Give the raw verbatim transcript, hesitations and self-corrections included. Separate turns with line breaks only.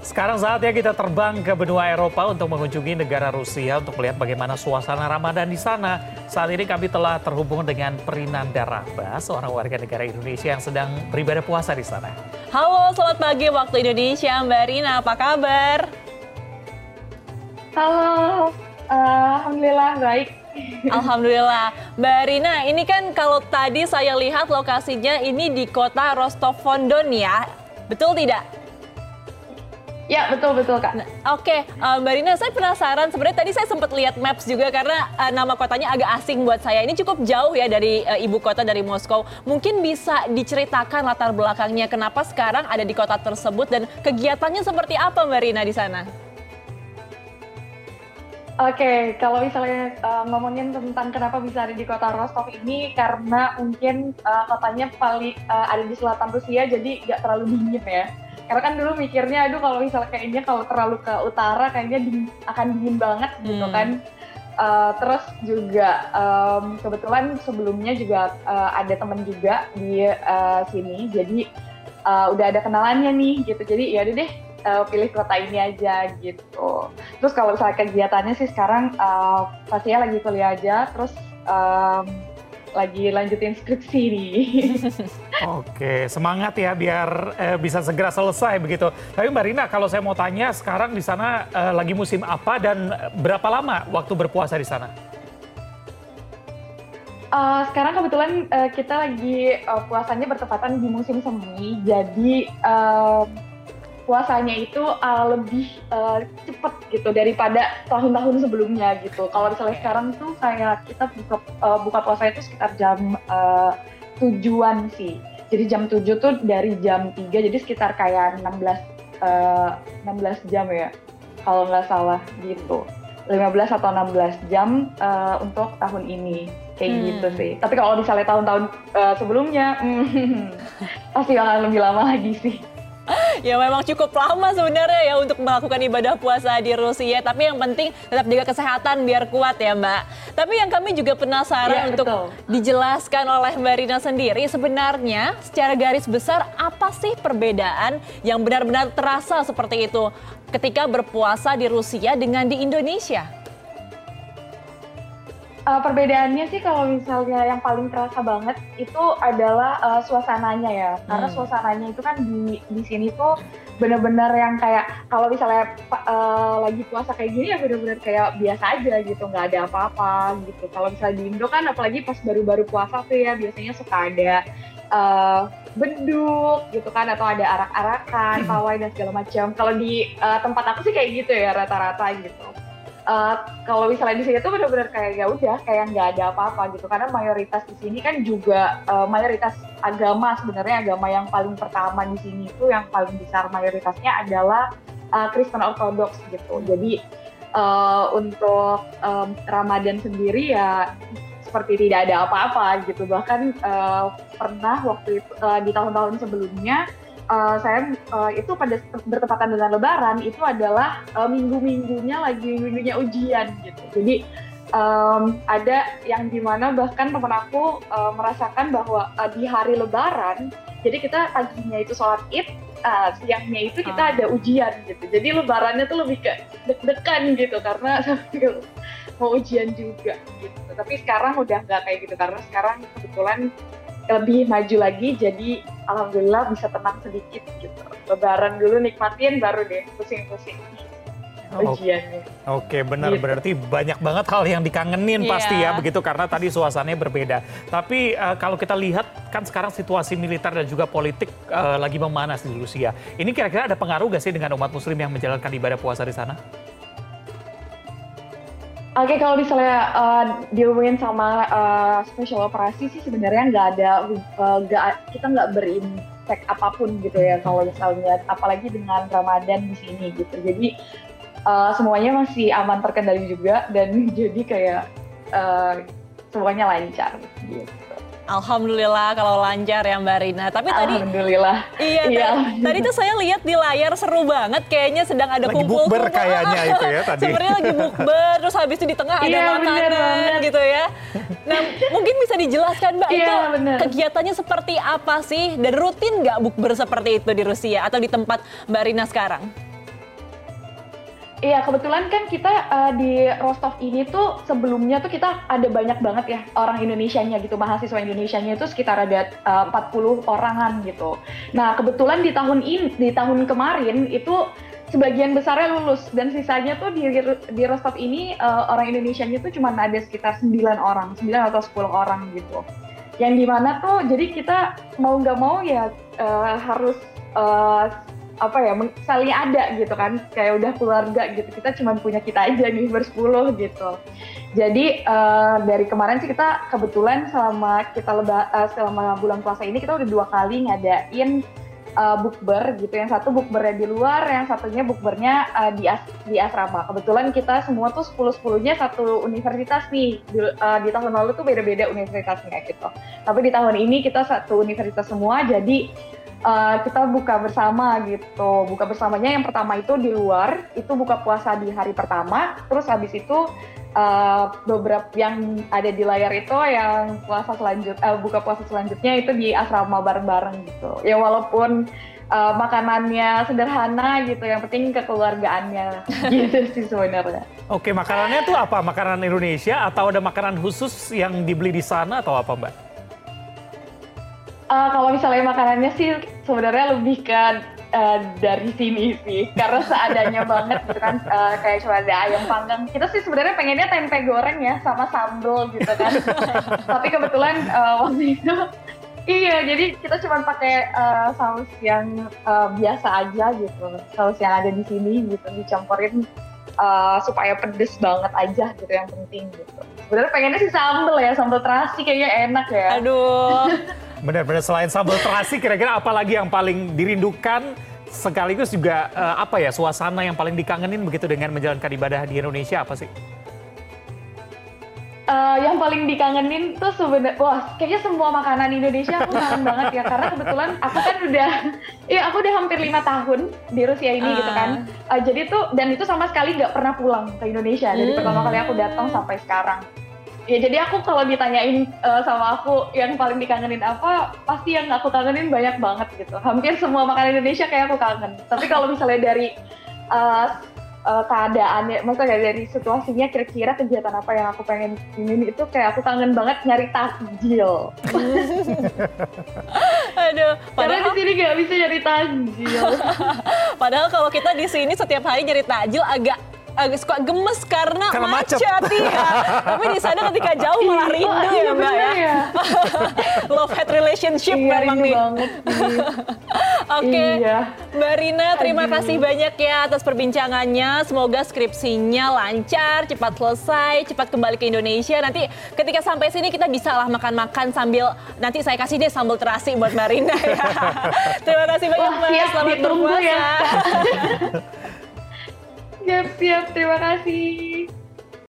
Sekarang saatnya kita terbang ke benua Eropa untuk mengunjungi negara Rusia untuk melihat bagaimana suasana Ramadan di sana. Saat ini kami telah terhubung dengan Prinanda Rahba, seorang warga negara Indonesia yang sedang beribadah puasa di sana.
Halo, selamat pagi waktu Indonesia, Mbak Rina. Apa kabar?
Halo, uh, Alhamdulillah baik.
Alhamdulillah. Mbak Rina, ini kan kalau tadi saya lihat lokasinya ini di kota Rostov-on-Don ya, betul tidak?
Ya, betul-betul Kak.
Nah, Oke, uh, Mbak Rina, saya penasaran. Sebenarnya tadi saya sempat lihat maps juga karena uh, nama kotanya agak asing buat saya. Ini cukup jauh ya dari uh, ibu kota, dari Moskow. Mungkin bisa diceritakan latar belakangnya kenapa sekarang ada di kota tersebut dan kegiatannya seperti apa Mbak Rina di sana?
Oke, kalau misalnya uh, ngomongin tentang kenapa bisa ada di kota Rostov ini, karena mungkin uh, kotanya paling uh, ada di selatan Rusia, jadi nggak terlalu dingin ya. Karena kan dulu mikirnya, aduh kalau misalnya kayaknya kalau terlalu ke utara kayaknya dingin, akan dingin banget gitu
Hmm.
kan. Uh, terus juga um, kebetulan sebelumnya juga uh, ada teman juga di uh, sini, jadi uh, udah ada kenalannya nih gitu. Jadi ya udah deh uh, pilih kota ini aja gitu. Terus kalau misalnya kegiatannya sih sekarang uh, pastinya lagi kuliah aja, terus um, lagi lanjutin skripsi nih.
Oke, semangat ya biar eh, bisa segera selesai begitu. Tapi Mbak Rina, kalau saya mau tanya sekarang di sana eh, lagi musim apa dan berapa lama waktu berpuasa di sana?
Uh, sekarang kebetulan uh, kita lagi uh, puasanya bertepatan di musim semi, jadi uh, puasanya itu uh, lebih uh, cepet gitu daripada tahun-tahun sebelumnya gitu. Kalau misalnya sekarang tuh kayak kita buka, uh, buka puasa itu sekitar jam uh, tujuan sih. Jadi jam tujuh tuh dari jam tiga, jadi sekitar kayak enam belas, uh, enam belas jam ya, kalau nggak salah gitu. lima belas atau enam belas jam uh, untuk tahun ini, kayak
Hmm.
gitu sih. Tapi kalau misalnya tahun-tahun uh, sebelumnya, hmm, pasti akan lebih lama lagi sih.
Ya memang cukup lama sebenarnya ya untuk melakukan ibadah puasa di Rusia. Tapi yang penting tetap jaga kesehatan biar kuat ya Mbak. Tapi yang kami juga penasaran
Ya,
untuk
betul.
dijelaskan oleh Mbak Rina sendiri. Sebenarnya secara garis besar apa sih perbedaan yang benar-benar terasa seperti itu ketika berpuasa di Rusia dengan di Indonesia?
Uh, perbedaannya sih kalau misalnya yang paling terasa banget itu adalah uh, suasananya ya, karena
Hmm.
suasananya itu kan di di sini tuh benar-benar yang kayak kalau misalnya uh, lagi puasa kayak gini ya benar-benar kayak biasa aja gitu, nggak ada apa-apa gitu. Kalau misalnya di Indo kan apalagi pas baru-baru puasa tuh ya biasanya suka ada uh, beduk gitu kan, atau ada arak-arakan, pawai dan segala macam. Kalau di uh, tempat aku sih kayak gitu ya rata-rata gitu. Uh, kalau misalnya di sini tuh benar-benar kayak ya udah kayak nggak ada apa-apa gitu, karena mayoritas di sini kan juga uh, mayoritas agama, sebenarnya agama yang paling pertama di sini itu yang paling besar mayoritasnya adalah uh, Kristen Ortodoks gitu. Jadi uh, untuk um, Ramadan sendiri ya seperti tidak ada apa-apa gitu. Bahkan uh, pernah waktu itu uh, di tahun-tahun sebelumnya Uh, saya uh, itu pada bertepatan dengan Lebaran itu adalah uh, minggu-minggunya lagi minggunya ujian gitu. Jadi um, ada yang dimana bahkan teman aku uh, merasakan bahwa uh, di hari Lebaran, jadi kita paginya itu sholat Id, uh, siangnya itu kita
Ah.
ada ujian gitu. Jadi Lebarannya tuh lebih ke deg-degan gitu karena sambil mau ujian juga gitu. Tapi sekarang udah nggak kayak gitu karena sekarang kebetulan lebih maju lagi, jadi alhamdulillah bisa tenang sedikit gitu. Lebaran dulu nikmatin, baru deh pusing-pusing
Oh,
ujiannya.
Oke, benar.
Gitu.
Berarti banyak banget hal yang dikangenin
Iya.
pasti ya, begitu karena tadi suasananya berbeda. Tapi eh, kalau kita lihat kan sekarang situasi militer dan juga politik eh, lagi memanas di Rusia. Ini kira-kira ada pengaruh gak sih dengan umat muslim yang menjalankan ibadah puasa di sana?
Oke, kalau misalnya uh, diomongin sama uh, special operasi sih sebenarnya nggak ada, uh, nggak kita nggak berimpact apapun gitu ya kalau misalnya, apalagi dengan Ramadan di sini gitu. Jadi uh, semuanya masih aman terkendali juga dan jadi kayak uh, semuanya lancar gitu.
Alhamdulillah kalau lancar ya Mbak Rina. Tapi tadi
Alhamdulillah.
Iya,
Iya.
tadi, tadi tuh saya lihat di layar seru banget, kayaknya sedang ada
Lagi
kumpul.
bukber kayaknya itu ya tadi.
Sebenarnya lagi bukber, terus habis itu di tengah ada
Iya, bener
makanan
banget.
gitu ya. Nah, mungkin bisa dijelaskan Mbak,
Iya,
itu
bener.
kegiatannya seperti apa sih? Dan rutin nggak bukber seperti itu di Rusia atau di tempat Mbak Rina sekarang?
Iya, kebetulan kan kita uh, di Rostov ini tuh sebelumnya tuh kita ada banyak banget ya orang Indonesianya gitu, mahasiswa Indonesianya itu sekitar ada uh, empat puluh orangan gitu. Nah, kebetulan di tahun ini, di tahun kemarin itu sebagian besarnya lulus dan sisanya tuh di, di Rostov ini uh, orang Indonesianya tuh cuma ada sekitar sembilan orang, sembilan atau sepuluh orang gitu. Yang dimana tuh jadi kita mau nggak mau ya uh, harus uh, apa ya, saling ada gitu kan, kayak udah keluarga gitu, kita cuma punya kita aja nih bersepuluh gitu. Jadi uh, dari kemarin sih kita kebetulan selama kita leba, uh, selama bulan puasa ini kita udah dua kali ngadain uh, bukber gitu, yang satu bukbernya di luar, yang satunya bukbernya uh, di, as, di asrama. Kebetulan kita semua tuh sepuluh-sepuluhnya satu universitas nih, di, uh, di tahun lalu tuh beda-beda universitasnya gitu. Tapi di tahun ini kita satu universitas semua, jadi Uh, kita buka bersama gitu. Buka bersamanya yang pertama itu di luar, itu buka puasa di hari pertama, terus habis itu uh, beberapa yang ada di layar itu yang puasa selanjut, uh, buka puasa selanjutnya itu di asrama bareng-bareng gitu. Ya walaupun uh, makanannya sederhana gitu, yang penting kekeluargaannya gitu sih sebenarnya.
Oke, makanannya tuh apa? Makanan Indonesia atau ada makanan khusus yang dibeli di sana atau apa, Mbak?
Uh, kalau misalnya makanannya sih sebenarnya lebih ke uh, dari sini sih, karena seadanya banget gitu kan, uh, kayak cuma ada ayam panggang. Kita sih sebenarnya pengennya tempe goreng ya sama sambal gitu kan. Tapi kebetulan uh, waktu itu iya, jadi kita cuma pakai uh, saus yang uh, biasa aja gitu, saus yang ada di sini gitu, dicampurin uh, supaya pedes banget aja gitu, yang penting gitu. Sebenarnya pengennya sih sambal ya, sambal terasi kayaknya enak ya.
Aduh.
Benar-benar, selain sambal terasi, kira-kira apa lagi yang paling dirindukan, sekaligus juga uh, apa ya, suasana yang paling dikangenin begitu dengan menjalankan ibadah di Indonesia, apa sih?
Uh, yang paling dikangenin tuh sebenarnya, wah kayaknya semua makanan Indonesia aku kangen banget ya, karena kebetulan aku kan udah, iya aku udah hampir lima tahun di Rusia ini uh. gitu kan, uh, jadi tuh, dan itu sama sekali nggak pernah pulang ke Indonesia, dari hmm. pertama kali aku datang sampai sekarang. Ya jadi aku kalau ditanyain uh, sama aku yang paling dikangenin apa, pasti yang aku kangenin banyak banget gitu. Hampir semua makanan Indonesia kayak aku kangen. Tapi kalau misalnya dari uh, uh, keadaannya, maksudnya dari situasinya, kira-kira kegiatan apa yang aku pengen ini itu kayak aku kangen banget nyari takjil.
Aduh,
padahal
karena
di sini nggak bisa nyari takjil.
Padahal kalau kita di sini setiap hari nyari takjil agak agak suka gemes karena,
karena macet,
macet ya. Tapi di sana ketika jauh malah rindu
iya,
ya Mbak ya. ya. Love hate relationship
iya,
memang nih.
Oke,
okay.
iya.
Mbak Rina, terima
Aduh.
kasih banyak ya atas perbincangannya. Semoga skripsinya lancar, cepat selesai, cepat kembali ke Indonesia. Nanti ketika sampai sini kita bisa lah makan-makan sambil, nanti saya kasih deh sambal terasi buat Mbak Rina ya. Terima kasih banyak Mbak. Selamat berpuasa.
Ya. Siap-siap, terima kasih.